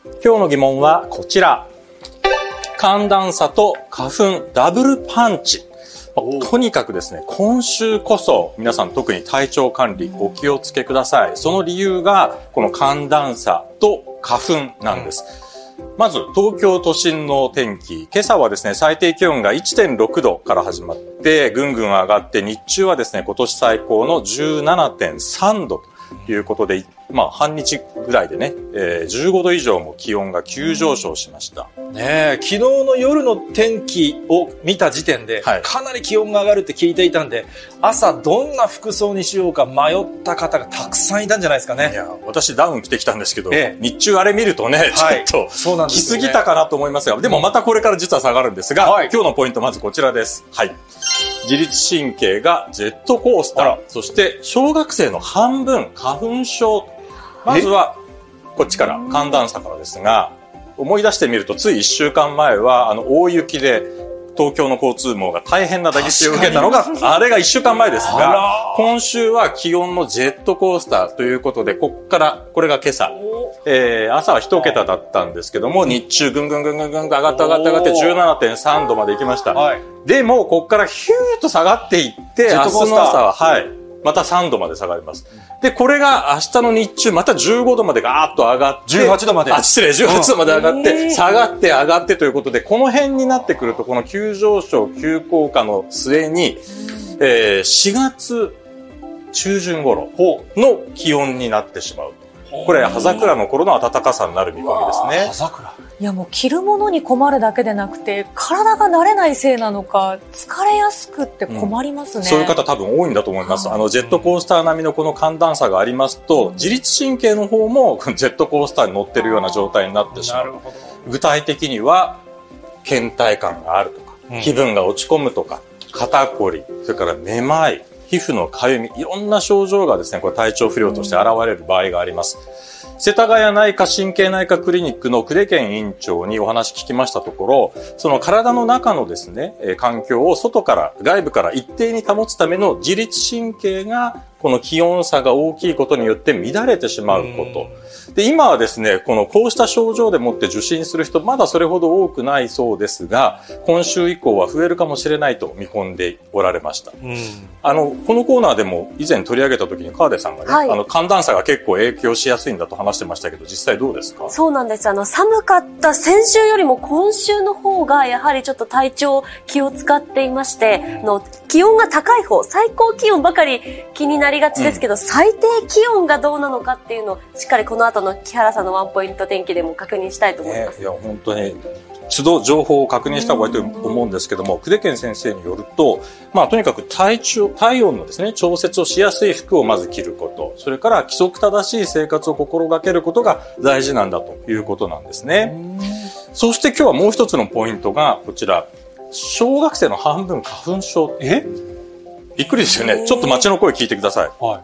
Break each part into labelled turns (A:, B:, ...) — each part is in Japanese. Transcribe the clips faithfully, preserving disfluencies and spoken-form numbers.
A: 今日の疑問はこちら。寒暖差と花粉ダブルパンチ。とにかくですね、今週こそ皆さん特に体調管理お気をつけください。その理由がこの寒暖差と花粉なんです。まず東京都心の天気。今朝はですね、最低気温が いってんろく 度から始まってぐんぐん上がって、日中はですね、今年最高の じゅうななてんさん 度ということで、まあ半日ぐらいでね、えー、じゅうごど以上も気温が急上昇しました。
B: ねえ、昨日の夜の天気を見た時点で、はい、かなり気温が上がるって聞いていたんで、朝どんな服装にしようか迷った方がたくさんいたんじゃないですかね。
A: いや、私ダウン着てきたんですけど、ええ、日中あれ見るとね、はい、ちょっと、そうなんですよね、着すぎたかなと思いますが、でもまたこれから実は下がるんですが、はい、今日のポイントまずこちらです。はい。自律神経がジェットコースター、そして小学生の半分花粉症。まずはこっちから寒暖差からですが、思い出してみるとついいっしゅうかんまえはあの大雪で東京の交通網が大変な打撃を受けたのがあれがいっしゅうかんまえですが、今週は気温のジェットコースターということで、こっからこれが今朝、えー、朝は一桁だったんですけども、日中ぐんぐんぐんぐんぐん上がって上がって上がって じゅうななてんさん 度まで行きました。はい、でもこっからヒューッと下がっていって、明日の朝ははいまたさんどまで下がります。で、これが明日の日中、またじゅうごどまでガーッと上がって、
B: じゅうはちどまで。
A: あ、失礼、じゅうはちどまで上がって、下がって上がってということで、この辺になってくると、この急上昇、急降下の末に、えー、しがつちゅうじゅん頃の気温になってしまう。これ、葉桜の頃の暖かさになる見込みですね。
B: 葉桜。
C: いやもう着るものに困るだけでなくて、体が慣れないせいなのか、疲れやすくって困りますね。
A: うん、そういう方多分多いんだと思います。あの、ジェットコースター並みのこの寒暖差がありますと、自律神経の方もジェットコースターに乗ってるような状態になってしまう。なるほど。具体的には、倦怠感があるとか、うん、気分が落ち込むとか、肩こり、それからめまい、皮膚のかゆみ、いろんな症状がですね、これ体調不良として現れる場合があります。世田谷内科神経内科クリニックの久手健院長にお話聞きましたところ、その体の中のですね、環境を外から、外部から一定に保つための自律神経が、この気温差が大きいことによって乱れてしまうこと。で、今はですね、このこうした症状でもって受診する人、まだそれほど多くないそうですが、今週以降は増えるかもしれないと見込んでおられました。うん、あの、このコーナーでも以前取り上げた時に川出さんがね、はい、あの、寒暖差が結構影響しやすいんだと話してましたけど、実際どうですか？
D: そうなんです。あの、寒かった先週よりも今週の方が、やはりちょっと体調気を使っていまして、あの、気温が高い方、最高気温ばかり気になりがちですけど、うん、最低気温がどうなのかっていうのを、しっかりこの後の木原さんのワンポイント天気でも確認したいと思います。
A: ね、いや、本当に、都度情報を確認した方がいいと思うんですけども、久手健先生によると、まあ、とにかく体調、体温のですね、調節をしやすい服をまず着ること、それから規則正しい生活を心がけることが大事なんだということなんですね。そして今日はもう一つのポイントが、こちら、小学生の半分花粉症。え？びっくりですよね。ちょっと街の声聞いてください。はい。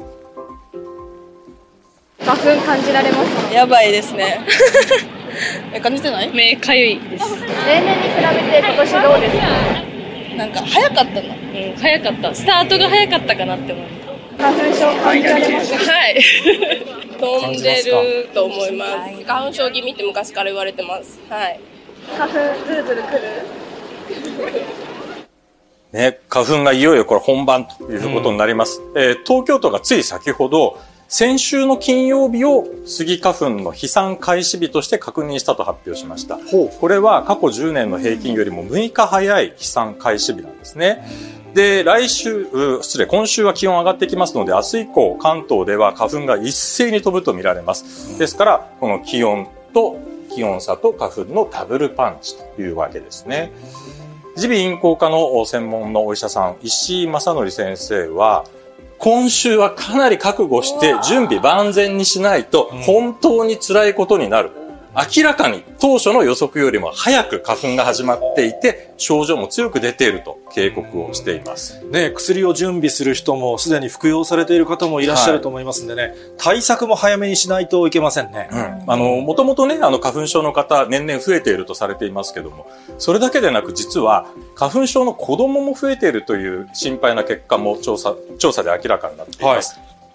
E: 花粉感じられますか？
F: やばいですね。
E: え、感じてない？
F: 目かゆいです。
E: 例年に比べて今年どうですか？
F: なんか早かったの。うん、早かった。スタートが早かったかなって思う。
E: 花粉症感じられますか？
F: はい。飛んでると思います。花粉症気味って昔から言われてます。はい。
E: 花粉ずるずるくる？
A: ね、花粉がいよいよこれ本番ということになります。うん、えー、東京都がつい先ほど、先週の金曜日をスギ花粉の飛散開始日として確認したと発表しました。これは過去じゅうねんの平均よりもむいか早い飛散開始日なんですね。で、来週、失礼、今週は気温上がってきますので、明日以降、関東では花粉が一斉に飛ぶと見られます。ですから、この気温と気温差と花粉のダブルパンチというわけですね。耳鼻咽喉科の専門のお医者さん、石井正則先生は、今週はかなり覚悟して準備万全にしないと本当に辛いことになる。明らかに当初の予測よりも早く花粉が始まっていて、症状も強く出ていると警告をしています。
B: ね、薬を準備する人もすでに服用されている方もいらっしゃると思いますんでね、はい、対策も早めにしないといけませんね。
A: うん。あの、もともとね、あの、花粉症の方、年々増えているとされていますけども、それだけでなく実は、花粉症の子供も増えているという心配な結果も調査、調査で明らかになっています。はい、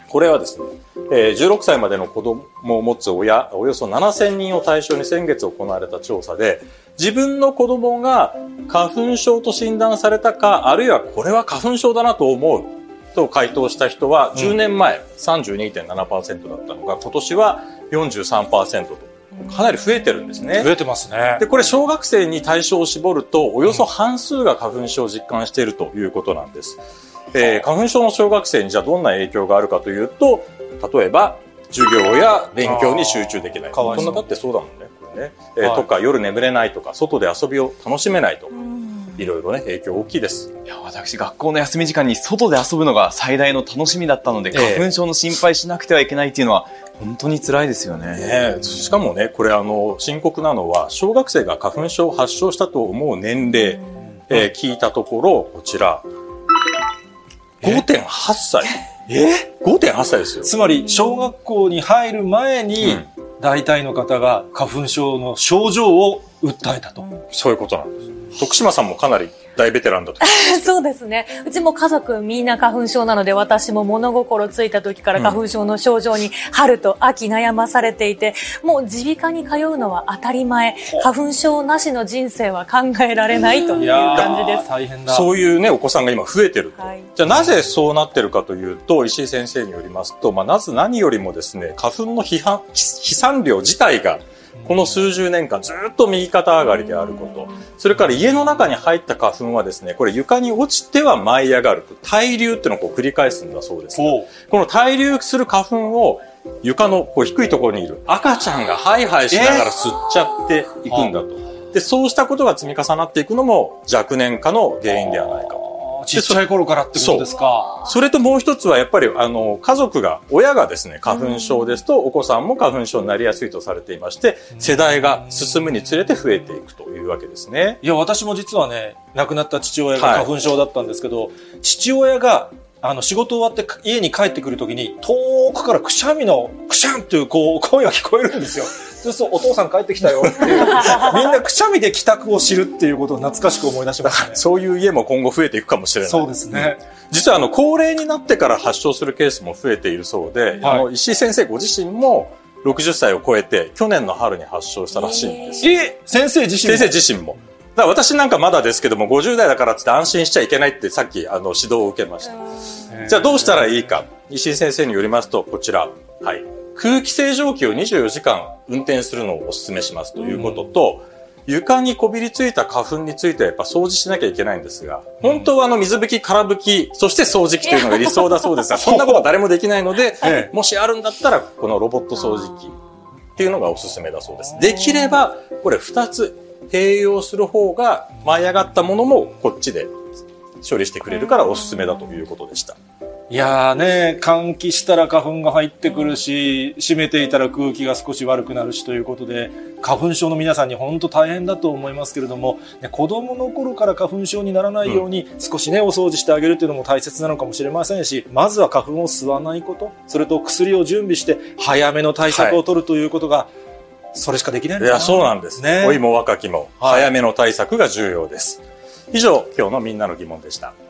A: これはですね、えー、じゅうろくさいまでの子供を持つ親、およそななせんにんを対象に先月行われた調査で、自分の子供が花粉症と診断されたか、あるいはこれは花粉症だなと思うと回答した人は、じゅうねんまえ、うん、さんじゅうにてんななパーセント だったのが、今年は よんじゅうさんパーセント と、かなり増えてるんですね。
B: 増えてますね。
A: で、これ小学生に対象を絞ると、およそ半数が花粉症を実感しているということなんです。えー、花粉症の小学生にじゃあどんな影響があるかというと、例えば、授業や勉強に集中できない。こんなだってそうだもんね。これねえーはい、とか、夜眠れないとか、外で遊びを楽しめないとか、いろいろね、影響大きいです。
G: いや、私、学校の休み時間に外で遊ぶのが最大の楽しみだったので、花粉症の心配しなくてはいけないっていうのは、本当に辛いですよね。
A: ねえ、しかもね、これあの、深刻なのは、小学生が花粉症を発症したと思う年齢、えー、聞いたところ、こちら、ごてんはっさい。
B: え
A: ごてんはっさいですよ。
B: つまり、小学校に入る前に、うん、大体の方が花粉症の症状を訴えたと。
A: そういうことなんです。徳島さんもかなり大ベテランだと。
C: そうですね。うちも家族みんな花粉症なので、私も物心ついた時から花粉症の症状に春と秋悩まされていて、うん、もう耳鼻科に通うのは当たり前。花粉症なしの人生は考えられないという感じです。
B: 大変だ。
A: そういうね、お子さんが今増えてる。はい、じゃあなぜそうなってるかというと、石井先生によりますと、まあ、まず何よりもですね、花粉の飛散、飛散量自体が、この数十年間ずっと右肩上がりであること。それから家の中に入った花粉はですね、これ床に落ちては舞い上がると。対流っていうのをこう繰り返すんだそうです。この対流する花粉を床のこう低いところにいる赤ちゃんがハイハイしながら吸っちゃっていくんだと。で、そうしたことが積み重なっていくのも若年化の原因ではないかと。
B: ちっちゃい頃からってことですか。
A: それともう一つはやっぱり、あの、家族が、親がですね、花粉症ですと、お子さんも花粉症になりやすいとされていまして、世代が進むにつれて増えていくというわけですね。
B: いや、私も実はね、亡くなった父親が花粉症だったんですけど、はい、父親が、あの、仕事終わって家に帰ってくるときに、遠くからくしゃみの、くしゃんっていう、こう、声が聞こえるんですよ。そうすると、お父さん帰ってきたよっていう、みんなくしゃみで帰宅を知るっていうことを懐かしく思い出しましたね。
A: そういう家も今後増えていくかもしれない。
B: そうですね。
A: 実は、あの、高齢になってから発症するケースも増えているそうで、はい、あの、石井先生ご自身も、ろくじゅっさいを超えて、去年の春に発症したらしいんです。
B: えー、先生自身も
A: 先生自身も。だから私なんかまだですけども、ごじゅう代だからって安心しちゃいけないってさっき、あの、指導を受けました。じゃあどうしたらいいか。石井先生によりますと、こちら。はい。空気清浄機をにじゅうよじかん運転するのをお勧めしますということと、うん、床にこびりついた花粉についてはやっぱ掃除しなきゃいけないんですが、本当はあの水拭き、空拭き、そして掃除機というのが理想だそうですが、そんなことは誰もできないので、ええ、もしあるんだったら、このロボット掃除機っていうのがおすすめだそうです。できれば、これ二つ併用する方が舞い上がったものもこっちで処理してくれるからおすすめだということでした。
B: いやーね、換気したら花粉が入ってくるし、閉めていたら空気が少し悪くなるしということで、花粉症の皆さんに本当大変だと思いますけれども、ね、子供の頃から花粉症にならないように、少しね、お掃除してあげるというのも大切なのかもしれませんし、まずは花粉を吸わないこと、それと薬を準備して、早めの対策を取るということが、はい、それしかできないのかな。
A: いや、そうなんですね。老いも若きも、早めの対策が重要です。はい、以上、今日のみんなの疑問でした。